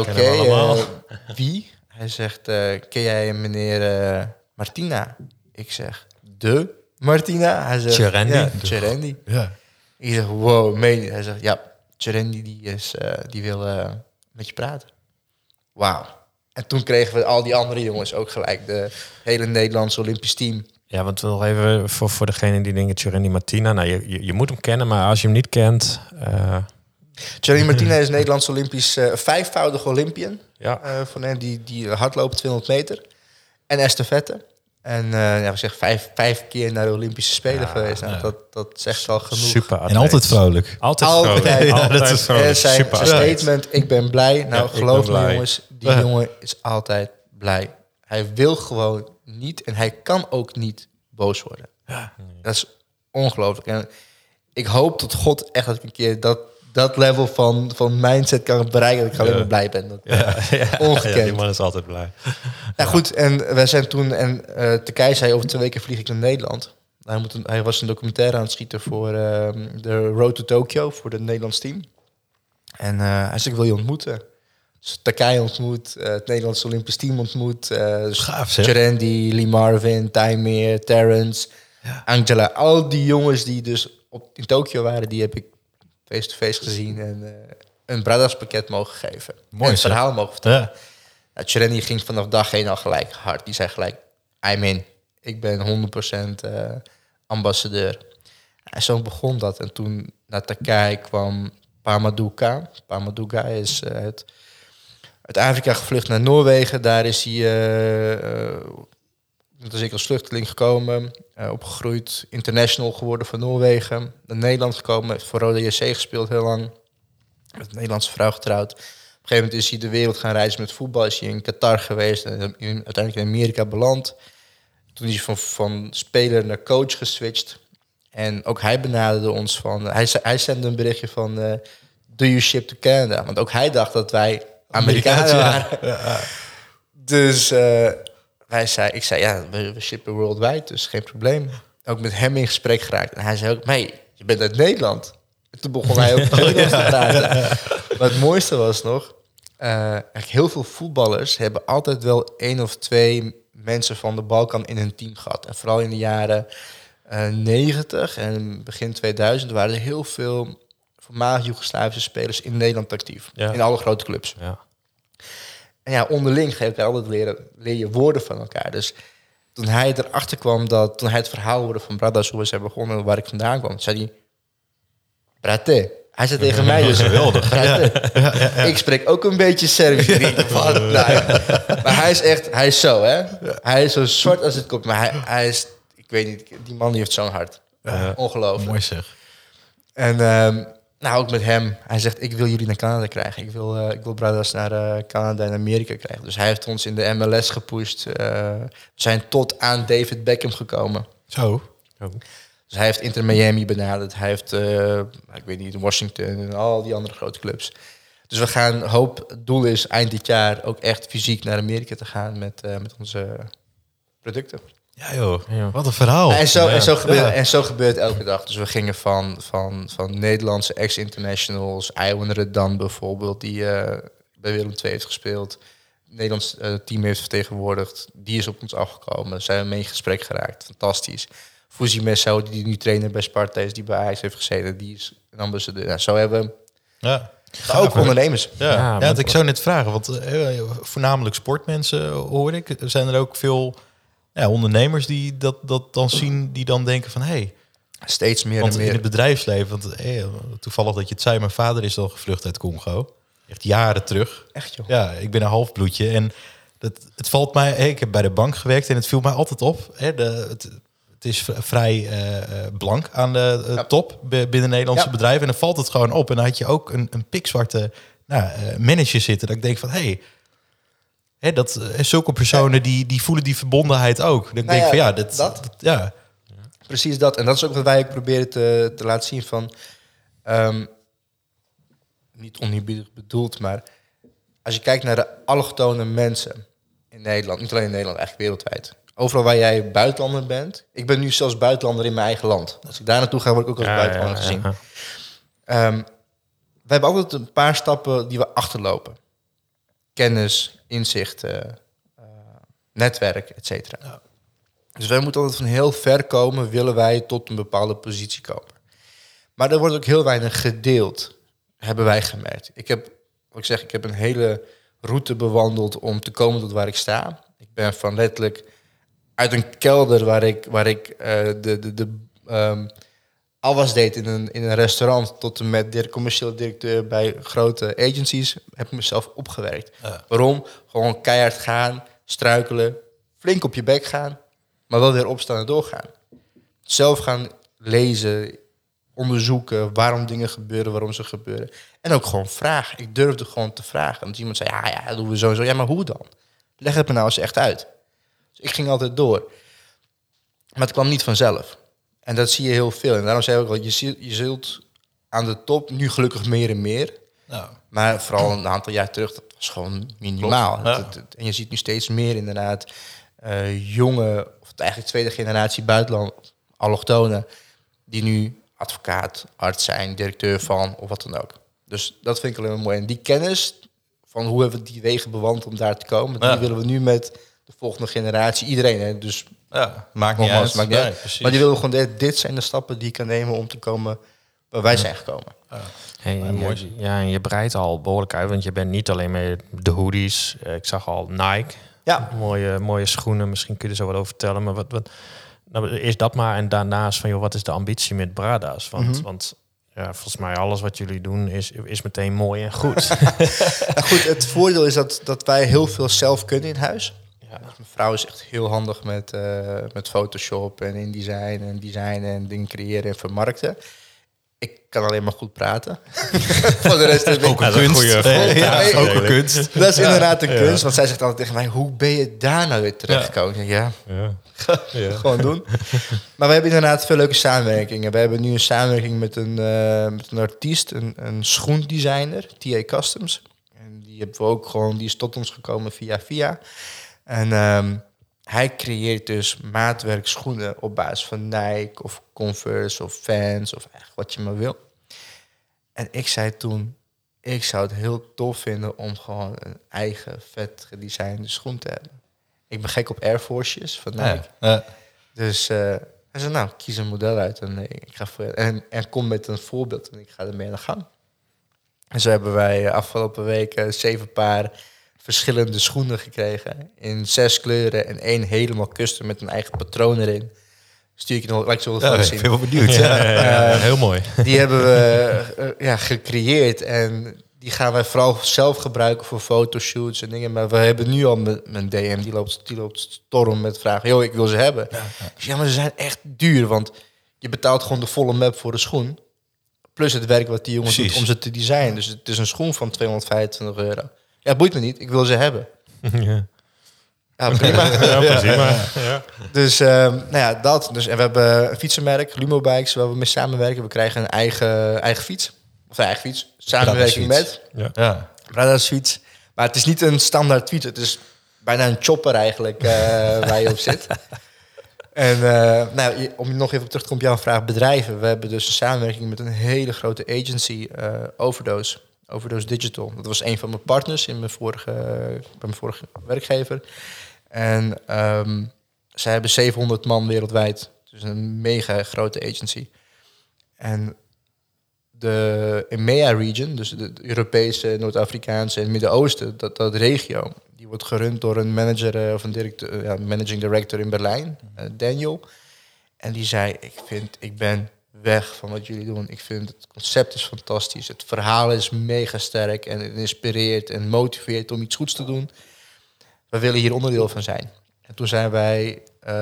wie? Hij zegt, ken jij meneer Martina? Ik zeg, de Martina? Hij zegt, Cherendi. Ja. Ik zeg, wow, meen je? Hij zegt, ja, Cherendi die wil met je praten. Wauw. En toen kregen we al die andere jongens ook gelijk. De hele Nederlandse Olympisch team. Ja, want nog even voor degene die denken, Cherendi Martina. Nou, je moet hem kennen, maar als je hem niet kent... Cherendi Martina is Nederlands Olympisch 5-voudig Olympian. Ja. Van hen die hardlopen 200 meter. En estafette. En we zeggen 5 keer naar de Olympische Spelen geweest. Nou, dat zegt al genoeg. Super atleet. En altijd vrolijk. Altijd vrolijk. Dat is vrolijk. Zijn statement, ik ben blij. Nou, geloof me jongens, die jongen is altijd blij. Hij wil gewoon niet en hij kan ook niet boos worden. Ja. Dat is ongelooflijk. En ik hoop tot God echt dat ik een keer dat level van mindset kan bereiken. Dat ik alleen maar blij ben. Ongekend. Ja, die man is altijd blij. Ja, goed. En wij zijn toen... En Tekij zei, over 2 weken vlieg ik naar Nederland. Hij was een documentaire aan het schieten voor de Road to Tokyo. Voor het Nederlands team. En hij zei, ik wil je ontmoeten. Dus Tekij ontmoet. Het Nederlandse Olympisch team ontmoet. Cherendi, Lee Marvin, Tijmeer, Terrence, Angela. Al die jongens die dus in Tokyo waren, die heb ik face-to-face gezien en een Brada's pakket mogen geven. Mooi, en het verhaal mogen vertellen. Ja. Nou, Cherendi ging vanaf dag 1 al gelijk hard. Die zei gelijk, I'm in. Ik ben 100% ambassadeur. En zo begon dat. En toen naar Tekij kwam Pamaduka. Pamaduka is uit Afrika gevlucht naar Noorwegen. Daar is hij dat is ik als vluchteling gekomen, opgegroeid, international geworden van Noorwegen. Naar Nederland gekomen, heeft voor Rode JC gespeeld heel lang. Met een Nederlandse vrouw getrouwd. Op een gegeven moment is hij de wereld gaan reizen met voetbal. Is hij in Qatar geweest en uiteindelijk in Amerika beland. Toen is hij van speler naar coach geswitcht. En ook hij benaderde ons van... Hij zende een berichtje van... do you ship to Canada? Want ook hij dacht dat wij Amerikanen waren. Ja. Dus ik zei, ja, we shippen worldwide, dus geen probleem. Ook met hem in gesprek geraakt. En hij zei ook, nee, je bent uit Nederland. En toen begon hij ook Nederlands te praten. Maar het mooiste was nog... eigenlijk heel veel voetballers hebben altijd wel 1 of 2 mensen van de Balkan in hun team gehad. En vooral in de jaren 90 en begin 2000 waren er heel veel voormalig Joegoslavische spelers in Nederland actief. Ja. In alle grote clubs. Ja. En ja, onderling ga je altijd leer je woorden van elkaar. Dus toen hij erachter kwam toen hij het verhaal hoorde van Brada, hoe we zijn begonnen, waar ik vandaan kwam, zei hij, Brate. Hij zei tegen mij dus, geweldig. Ik spreek ook een beetje Serbisch. Maar hij is zo, hè. Hij is zo zwart als het komt. Maar hij is, ik weet niet, die man die heeft zo'n hart. Ongelooflijk. Mooi zeg. En ook met hem. Hij zegt, ik wil jullie naar Canada krijgen. Ik wil Brothers naar Canada en Amerika krijgen. Dus hij heeft ons in de MLS gepusht. We zijn tot aan David Beckham gekomen. Zo. Dus hij heeft Inter Miami benaderd. Hij heeft, ik weet niet, Washington en al die andere grote clubs. Dus we gaan, het doel is eind dit jaar ook echt fysiek naar Amerika te gaan met onze producten. Ja joh, wat een verhaal. En zo gebeurt elke dag. Dus we gingen van Nederlandse ex-internationals, Iwan Redan bijvoorbeeld, die bij Willem II heeft gespeeld. Het Nederlands team heeft vertegenwoordigd. Die is op ons afgekomen. Zijn we mee in gesprek geraakt. Fantastisch. Fouzi Messou, die nu trainer bij Sparta is, die bij Ajax heeft gezeten, die is een ambassadeur. Nou, zo hebben we ook ondernemers. Ja, ik zou net vragen, want voornamelijk sportmensen hoor ik. Zijn er ook veel ondernemers die dat dan zien, die dan denken van steeds meer want en meer. In het bedrijfsleven, want toevallig dat je het zei, mijn vader is al gevlucht uit Congo. Echt jaren terug. Echt joh? Ja, ik ben een halfbloedje en het valt mij, ik heb bij de bank gewerkt en het viel mij altijd op. Het is vrij blank aan de top binnen Nederlandse bedrijven. En dan valt het gewoon op. En dan had je ook een pikzwarte manager zitten. Dat ik denk van, zulke personen die voelen die verbondenheid ook. Dat ik denk van precies dat. En dat is ook wat wij proberen te laten zien van... niet oneerbiedig bedoeld, maar... als je kijkt naar de allochtone mensen in Nederland... niet alleen in Nederland, eigenlijk wereldwijd... overal waar jij buitenlander bent... ik ben nu zelfs buitenlander in mijn eigen land. Als ik daar naartoe ga, word ik ook als buitenlander gezien. We hebben altijd een paar stappen die we achterlopen. Kennis, inzicht, netwerk, et cetera. Ja. Dus wij moeten altijd van heel ver komen... willen wij tot een bepaalde positie komen. Maar er wordt ook heel weinig gedeeld, hebben wij gemerkt. Ik heb een hele route bewandeld om te komen tot waar ik sta. Ik ben van letterlijk uit een kelder waar ik afwas deed in een restaurant... tot en met commercieel directeur bij grote agencies... heb ik mezelf opgewerkt. Ja. Waarom? Gewoon keihard gaan, struikelen, flink op je bek gaan... maar wel weer opstaan en doorgaan. Zelf gaan lezen, onderzoeken waarom dingen gebeuren, waarom ze gebeuren. En ook gewoon vragen. Ik durfde gewoon te vragen. Want iemand zei, dat doen we sowieso. Ja, maar hoe dan? Leg het me nou eens echt uit. Dus ik ging altijd door. Maar het kwam niet vanzelf. En dat zie je heel veel. En daarom zei ik ook wel, je zult aan de top nu gelukkig meer en meer. Ja. Maar vooral een aantal jaar terug, dat was gewoon minimaal. Ja. En je ziet nu steeds meer inderdaad jonge, of eigenlijk tweede generatie buitenland, allochtonen, die nu advocaat, arts zijn, directeur van, of wat dan ook. Dus dat vind ik alleen maar mooi. En die kennis van hoe hebben we die wegen bewandeld om daar te komen, die willen we nu met de volgende generatie, iedereen. Hè? Dus maakt niet uit. Maar die willen we gewoon, dit zijn de stappen die je kan nemen om te komen waar wij zijn gekomen. En je breidt al behoorlijk uit, want je bent niet alleen met de hoodies. Ik zag al Nike. Ja. Mooie schoenen, misschien kun je er zo wat over vertellen. Maar wat nou, is dat maar. En daarnaast van, wat is de ambitie met Brada's? Want volgens mij alles wat jullie doen is meteen mooi en goed. Goed, het voordeel is dat wij heel veel zelf kunnen in huis. Ja. Dus mijn vrouw is echt heel handig met Photoshop en InDesign en designen en dingen creëren en vermarkten. Ik kan alleen maar goed praten. Voor de rest Ook een kunst. Ook een kunst. Dat is inderdaad een kunst. Want zij zegt altijd tegen mij, hoe ben je daar nou weer terechtgekomen? Ja, gewoon doen. Maar we hebben inderdaad veel leuke samenwerkingen. We hebben nu een samenwerking met een artiest, een schoendesigner, TA Customs. En die hebben we ook gewoon, die is tot ons gekomen via. En hij creëert dus maatwerk schoenen op basis van Nike of Converse of Vans of eigenlijk wat je maar wil. En ik zei toen, ik zou het heel tof vinden om gewoon een eigen vet gedesignde schoen te hebben. Ik ben gek op Air Force's van Nike. Dus hij zei, nou, kies een model uit en ik ga voor en kom met een voorbeeld en ik ga ermee aan de gang. En zo hebben wij afgelopen week 7 paar verschillende schoenen gekregen in 6 kleuren en 1 helemaal custom met een eigen patroon erin. Stuur ik je nog, laat ik zo wat zien. Ik ben wel benieuwd. Heel mooi. Die hebben we gecreëerd en die gaan wij vooral zelf gebruiken voor fotoshoots en dingen. Maar we hebben nu al mijn DM, die loopt storm met vragen. Joh, ik wil ze hebben. Ja, maar ze zijn echt duur, want je betaalt gewoon de volle map voor de schoen. Plus het werk wat die jongens doet om ze te designen. Dus het is een schoen van €225. Ja, boeit me niet. Ik wil ze hebben. Ja, prima. Ja. Dus, dat. Dus, en we hebben een fietsenmerk, Lumo Bikes, waar we mee samenwerken. We krijgen een eigen fiets. Of een eigen fiets. Samenwerking met Brada's fiets. Maar het is niet een standaard fiets. Het is bijna een chopper eigenlijk waar je op zit. En om nog even op terug te komen op jouw vraag, bedrijven. We hebben dus een samenwerking met een hele grote agency, Overdose Digital. Dat was een van mijn partners bij mijn vorige werkgever. En zij hebben 700 man wereldwijd. Dus een mega grote agency. En de EMEA-region, dus de Europese, Noord-Afrikaanse en Midden-Oosten, dat regio, die wordt gerund door een manager of een directeur, managing director in Berlijn, Daniel. En die zei, ik ben weg van wat jullie doen. Ik vind het concept is fantastisch. Het verhaal is mega sterk en het inspireert en motiveert om iets goeds te doen. We willen hier onderdeel van zijn. En toen zijn wij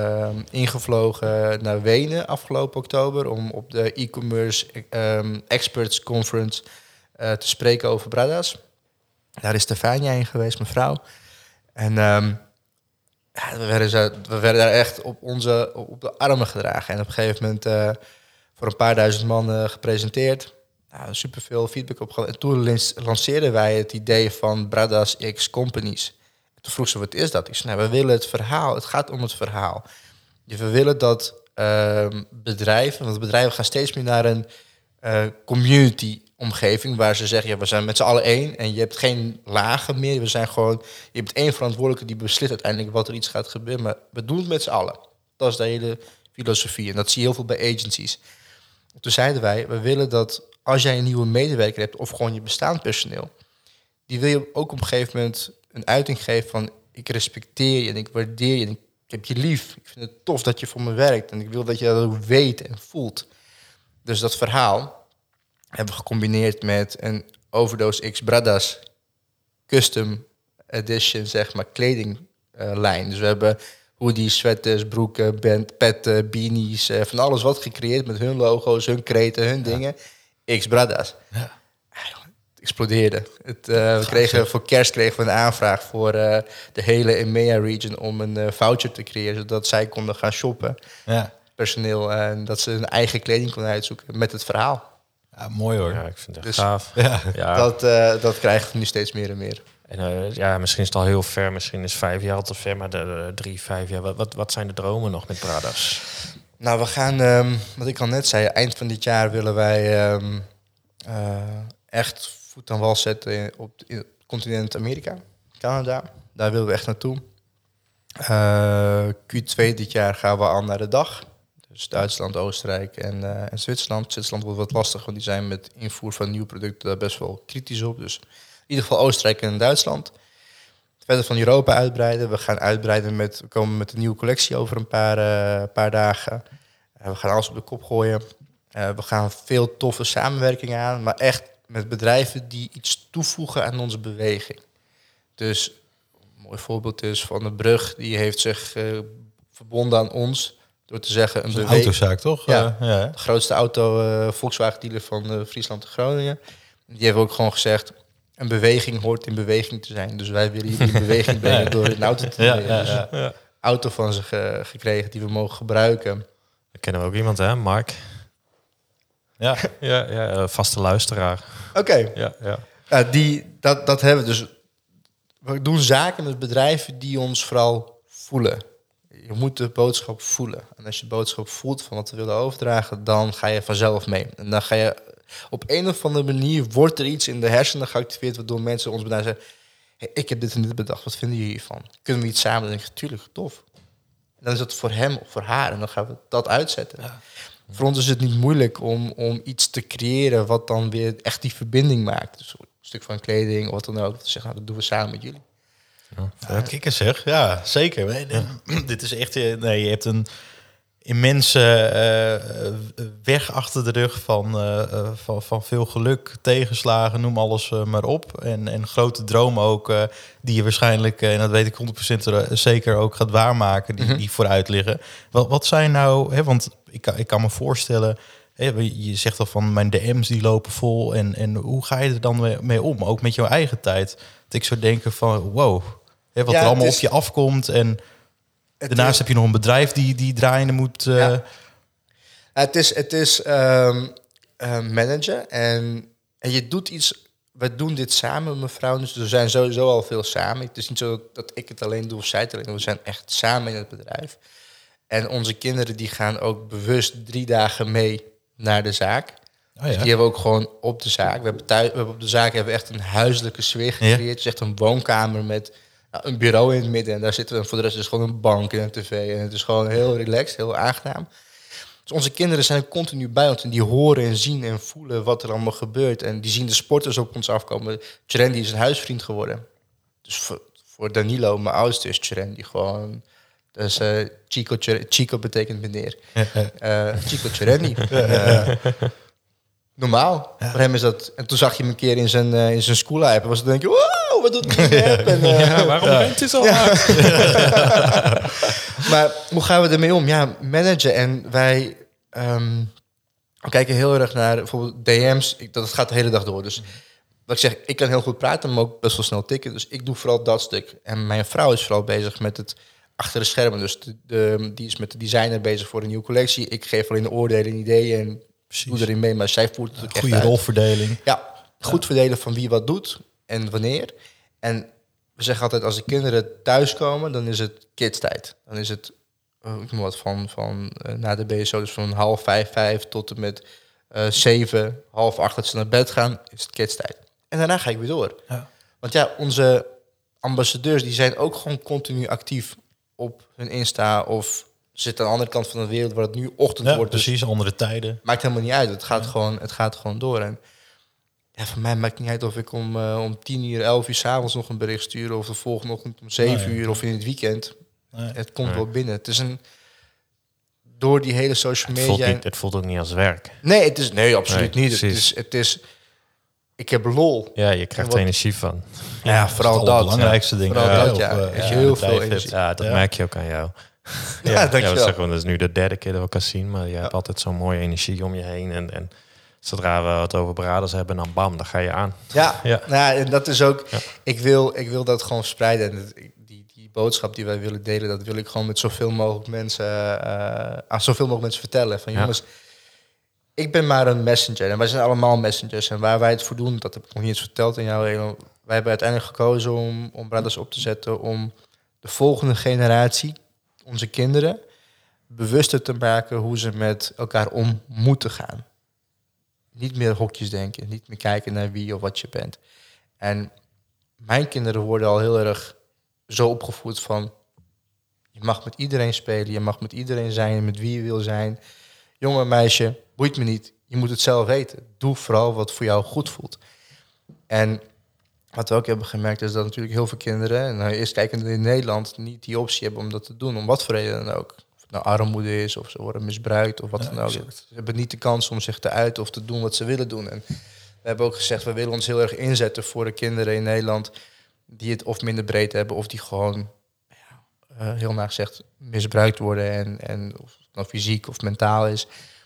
ingevlogen naar Wenen afgelopen oktober om op de e-commerce experts conference te spreken over Brada's. Daar is Stefania heen geweest, mijn vrouw. En we werden daar echt op de armen gedragen. En op een gegeven moment voor een paar duizend man gepresenteerd. Nou, superveel feedback op gehad. En toen lanceerden wij het idee van Brada's X Companies. Toen vroeg ze, wat is dat? Ik zei, we willen het verhaal. Het gaat om het verhaal. We willen dat bedrijven... Want bedrijven gaan steeds meer naar een community-omgeving... waar ze zeggen, we zijn met z'n allen één... en je hebt geen lagen meer. We zijn gewoon... Je hebt één verantwoordelijke die beslist uiteindelijk... wat er iets gaat gebeuren. Maar we doen het met z'n allen. Dat is de hele filosofie. En dat zie je heel veel bij agencies. Toen zeiden wij, we willen dat als jij een nieuwe medewerker hebt... of gewoon je bestaand personeel... die wil je ook op een gegeven moment... een uiting geven van ik respecteer je en ik waardeer je en ik heb je lief. Ik vind het tof dat je voor me werkt en ik wil dat je dat ook weet en voelt. Dus dat verhaal hebben we gecombineerd met een Overdose X Brada's custom edition, zeg maar, kledinglijn. Dus we hebben hoodies, sweaters, broeken, petten, beanies, van alles wat gecreëerd met hun logo's, hun kreten, hun dingen. X Brada's. Ja. Explodeerde. Voor kerst kregen we een aanvraag voor de hele EMEA-region om een voucher te creëren, zodat zij konden gaan shoppen. Ja. Personeel. En dat ze hun eigen kleding konden uitzoeken met het verhaal. Ja, mooi hoor. Ja, ik vind het echt gaaf. Ja. Dat krijgen we nu steeds meer en meer. En misschien is het al heel ver. Misschien is 5 jaar al te ver, maar 3, 5 jaar. Wat zijn de dromen nog met Brada's? Nou, we gaan, wat ik al net zei, eind van dit jaar willen wij echt voet aan wal zetten op het continent Amerika, Canada. Daar willen we echt naartoe. Q2 dit jaar gaan we al naar de dag. Dus Duitsland, Oostenrijk en Zwitserland. Zwitserland wordt wat lastig, want die zijn met invoer van nieuwe producten daar best wel kritisch op. Dus in ieder geval Oostenrijk en Duitsland. Verder van Europa uitbreiden. We gaan uitbreiden we komen met een nieuwe collectie over een paar dagen. We gaan alles op de kop gooien. We gaan veel toffe samenwerkingen aan, maar echt met bedrijven die iets toevoegen aan onze beweging. Dus een mooi voorbeeld is Van der Brug, die heeft zich verbonden aan ons. Door te zeggen... Een autozaak, toch? Ja, ja. de grootste auto Volkswagen-dealer van Friesland en Groningen. Die hebben ook gewoon gezegd... een beweging hoort in beweging te zijn. Dus wij willen jullie in beweging brengen door een auto te nemen. Dus auto van ze gekregen die we mogen gebruiken. Dan kennen we ook iemand, hè? Mark. Ja, vaste luisteraar. Oké. Ja. Dat hebben we dus. We doen zaken met bedrijven die ons vooral voelen. Je moet de boodschap voelen. En als je de boodschap voelt van wat we willen overdragen, dan ga je vanzelf mee. En dan ga je op een of andere manier, wordt er iets in de hersenen geactiveerd waardoor mensen ons bedrijf zeggen, hey, ik heb dit en dit bedacht, wat vinden jullie hiervan? Kunnen we iets samen? Dan denk ik, tuurlijk, tof. En dan is het voor hem of voor haar en dan gaan we dat uitzetten. Ja. Voor ons is het niet moeilijk om iets te creëren wat dan weer echt die verbinding maakt. Dus een stuk van kleding of wat dan ook. Te zeggen, nou, dat doen we samen met jullie. Ja, kikker zeg. Ja, zeker. Ja. Dit is echt... Nee, je hebt een immense weg achter de rug van veel geluk, tegenslagen, noem alles maar op. En grote dromen ook, die je waarschijnlijk, en dat weet ik 100% zeker, ook gaat waarmaken, die vooruit liggen. Wat zijn nou... Hè, want ik kan me voorstellen... Je zegt al van mijn DM's die lopen vol. En hoe ga je er dan mee om? Ook met jouw eigen tijd. Dat ik zou denken van wow, wat er allemaal op je afkomt. En daarnaast heb je nog een bedrijf die draaiende moet... Het is managen. En je doet iets... We doen dit samen, mevrouw. Dus we zijn sowieso al veel samen. Het is niet zo dat ik het alleen doe of zij het alleen doet. We zijn echt samen in het bedrijf. En onze kinderen die gaan ook bewust 3 dagen mee naar de zaak. Oh ja. Dus die hebben we ook gewoon op de zaak. We hebben op de zaak hebben we echt een huiselijke sfeer gecreëerd. Ja. Het is echt een woonkamer met een bureau in het midden. En daar zitten we. En voor de rest is het gewoon een bank en een tv. En het is gewoon heel relaxed, heel aangenaam. Dus onze kinderen zijn continu bij ons. En die horen en zien en voelen wat er allemaal gebeurt. En die zien de sporters op ons afkomen. Cherendi is een huisvriend geworden. Dus voor Danilo, mijn oudste, is Cherendi gewoon... Dus Chico betekent meneer. Chico Cherendi. Normaal. Ja. Voor hem is dat... En toen zag je hem een keer in zijn school-app. En was dan denk je, wow, wat doet hij? Waarom bent hij zo hard? Maar hoe gaan we ermee om? Ja, managen. En wij kijken heel erg naar bijvoorbeeld DM's. Dat gaat de hele dag door. Dus wat ik zeg, ik kan heel goed praten, maar ook best wel snel tikken. Dus ik doe vooral dat stuk. En mijn vrouw is vooral bezig met het achter de schermen. Dus die is met de designer bezig voor een nieuwe collectie. Ik geef alleen de oordelen en ideeën en doe erin mee. Maar zij voert het ook echt uit. Goede rolverdeling. Ja, goed verdelen van wie wat doet en wanneer. En we zeggen altijd, als de kinderen thuiskomen, dan is het kidstijd. Dan is het van na de BSO, dus van 4:30, 5:30 tot en met 7, 7:30 dat ze naar bed gaan, is het kidstijd. En daarna ga ik weer door. Ja. Want ja, onze ambassadeurs die zijn ook gewoon continu actief op hun Insta of zitten aan de andere kant van de wereld waar het nu ochtend wordt. Precies, dus andere tijden. Maakt helemaal niet uit. Het gaat gewoon door. En ja, voor mij maakt het niet uit of ik om 10:00, 11:00 s'avonds nog een bericht stuur of de volgende ochtend om 7:00 of in het weekend. Nee. Het komt wel binnen. Het is door die hele social media. Het voelt ook niet als werk. Nee, absoluut niet. Het is. Ik heb lol. Ja, je krijgt er energie van. Ja, vooral dat. Het belangrijkste ding. Heel veel energie. Ja, dat merk je ook aan jou. Dankjewel. Dat is nu de 3e keer dat we elkaar zien, maar je hebt altijd zo'n mooie energie om je heen. En zodra we het over Braders hebben, dan bam, dan ga je aan. Ja. Nou, en dat is ook... Ja. Ik wil dat gewoon verspreiden. En die boodschap die wij willen delen, dat wil ik gewoon met zoveel mogelijk mensen vertellen. Van jongens, ik ben maar een messenger. En wij zijn allemaal messengers. En waar wij het voor doen, dat heb ik nog niet eens verteld aan jou. Wij hebben uiteindelijk gekozen om Braders op te zetten om de volgende generatie, onze kinderen, bewuster te maken hoe ze met elkaar om moeten gaan. Niet meer hokjes denken, niet meer kijken naar wie of wat je bent. En mijn kinderen worden al heel erg zo opgevoed van, je mag met iedereen spelen, je mag met iedereen zijn, met wie je wil zijn. Jongen, meisje, boeit me niet. Je moet het zelf weten. Doe vooral wat voor jou goed voelt. En wat we ook hebben gemerkt is dat natuurlijk heel veel kinderen, en eerst kijkend in Nederland, niet die optie hebben om dat te doen, om wat voor reden dan ook. Of het nou armoede is, of ze worden misbruikt, of wat dan ook. Ze hebben niet de kans om zich te uiten of te doen wat ze willen doen. En we hebben ook gezegd, we willen ons heel erg inzetten voor de kinderen in Nederland die het of minder breed hebben, of die gewoon heel naar gezegd misbruikt worden. En of het nou fysiek of mentaal is.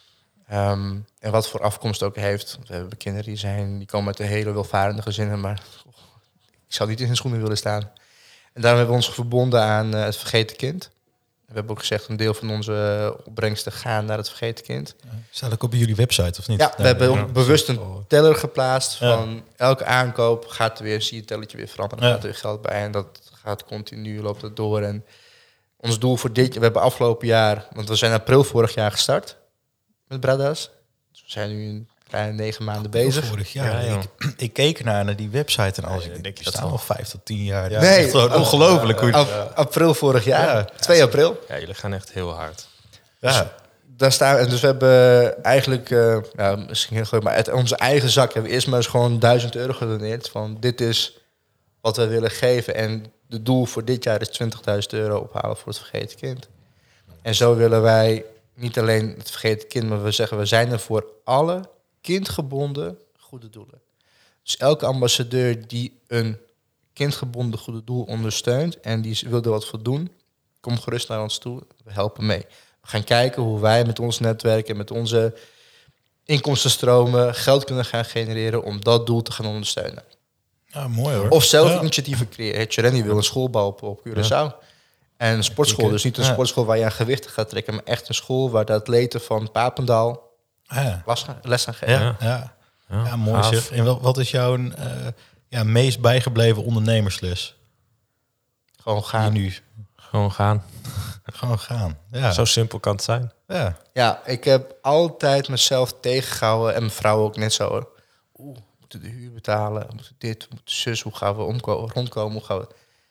En wat voor afkomst ook heeft. We hebben kinderen die komen uit een hele welvarende gezinnen. Maar ik zou niet in hun schoenen willen staan. En daarom hebben we ons verbonden aan het Vergeten Kind. We hebben ook gezegd, een deel van onze opbrengsten gaan naar het Vergeten Kind. Staat ook op jullie website, of niet? Ja, we hebben ook bewust een teller geplaatst. Van elke aankoop gaat er weer, zie je het telletje weer veranderen. Dan gaat er weer geld bij en dat gaat continu, loopt dat door. En ons doel voor dit jaar, we hebben afgelopen jaar, want we zijn april vorig jaar gestart met Brada's. Dus we zijn nu een kleine 9 maanden bezig. Vorig jaar. Ik keek naar die website en alles. Ik denk, je staat nog 5 tot 10 jaar. Ja, nee, echt ongelooflijk. April vorig jaar, 2 april. Ja, jullie gaan echt heel hard. Ja. Daar staan we, dus we hebben eigenlijk, misschien heel groot, maar uit onze eigen zak hebben we eerst maar eens gewoon €1000 gedoneerd. Van dit is wat we willen geven. En het doel voor dit jaar is €20.000 ophalen voor het Vergeten Kind. En zo willen wij niet alleen het Vergeten Kind, maar we zeggen we zijn er voor alle kindgebonden goede doelen. Dus elke ambassadeur die een kindgebonden goede doel ondersteunt en die wil er wat voor doen, kom gerust naar ons toe. We helpen mee. We gaan kijken hoe wij met ons netwerk en met onze inkomstenstromen geld kunnen gaan genereren om dat doel te gaan ondersteunen. Ja, mooi hoor. Of zelf initiatieven creëren. Tjerenny wil een school bouwen op Curaçao. En een sportschool, dus niet een sportschool waar je aan gewichten gaat trekken, maar echt een school waar de atleten van Papendal les gaan geven. Ja, mooi zeg. En wat is jouw meest bijgebleven ondernemersles? Gewoon gaan. Gewoon gaan. Gewoon gaan. Ja. Zo simpel kan het zijn. Ja, ik heb altijd mezelf tegengehouden en mijn vrouw ook net zo. We moeten de huur betalen, we moeten dit, we moeten zus, hoe gaan we rondkomen, hoe gaan we...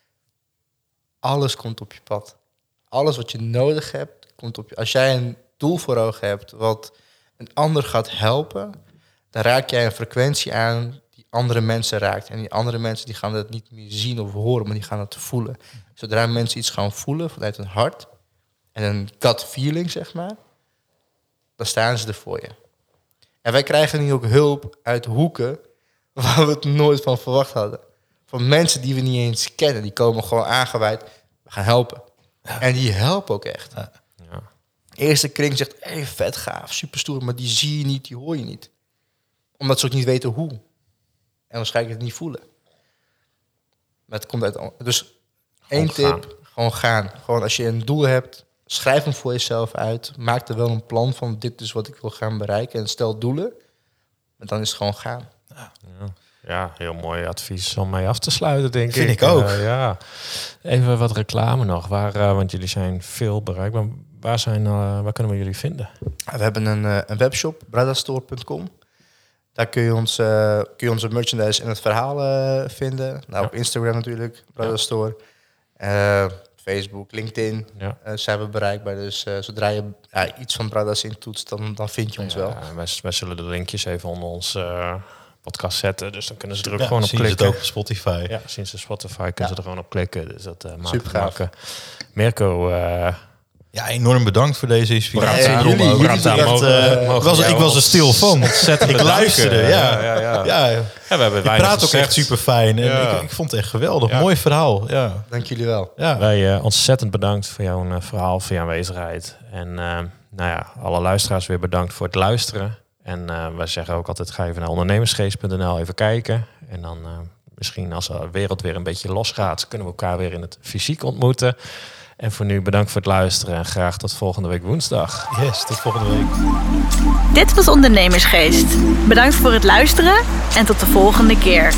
Alles komt op je pad. Alles wat je nodig hebt, komt op je... Als jij een doel voor ogen hebt wat een ander gaat helpen, dan raak jij een frequentie aan die andere mensen raakt. En die andere mensen die gaan dat niet meer zien of horen, maar die gaan het voelen. Zodra mensen iets gaan voelen vanuit hun hart en een gut feeling, zeg maar, dan staan ze er voor je. En wij krijgen nu ook hulp uit hoeken waar we het nooit van verwacht hadden. Van mensen die we niet eens kennen. Die komen gewoon aangeweid. We gaan helpen. Ja. En die helpen ook echt. Ja. Eerste kring zegt, hey, vet gaaf, super stoer. Maar die zie je niet, die hoor je niet. Omdat ze ook niet weten hoe. En waarschijnlijk het niet voelen. Maar het komt uit... Dus één tip, gewoon gaan. Gewoon als je een doel hebt, schrijf hem voor jezelf uit. Maak er wel een plan van, dit is wat ik wil gaan bereiken. En stel doelen. Maar dan is het gewoon gaan. Ja, heel mooi advies om mee af te sluiten, denk ik. Vind ik ook. Even wat reclame nog. Want jullie zijn veel bereikbaar. Waar kunnen we jullie vinden? We hebben een webshop, bradastore.com. Daar kun je onze merchandise en het verhaal vinden. Op Instagram natuurlijk, Bradastore. Facebook, LinkedIn zijn we bereikbaar. Dus zodra je iets van Bradas intoetst, dan vind je ons wel. Wij zullen de linkjes even onder ons podcast zetten. Dus dan kunnen ze er ook gewoon op klikken. Zien ze het ook op Spotify. Ja, sinds de Spotify kunnen ze er gewoon op klikken. Dus dat maakt super het makkelijk. Mirko... enorm bedankt voor deze inspiratie. Ik was er stil van. Ik luisterde. We hebben je praat ook echt super fijn. En ik vond het echt geweldig. Mooi verhaal. Ja. Dank jullie wel. Ja. Wij ontzettend bedankt voor jouw verhaal, voor je aanwezigheid. En alle luisteraars weer bedankt voor het luisteren. En wij zeggen ook altijd, ga even naar ondernemersgeest.nl even kijken. En dan misschien als de wereld weer een beetje losgaat, kunnen we elkaar weer in het fysiek ontmoeten. En voor nu bedankt voor het luisteren en graag tot volgende week woensdag. Yes, tot volgende week. Dit was Ondernemersgeest. Bedankt voor het luisteren en tot de volgende keer.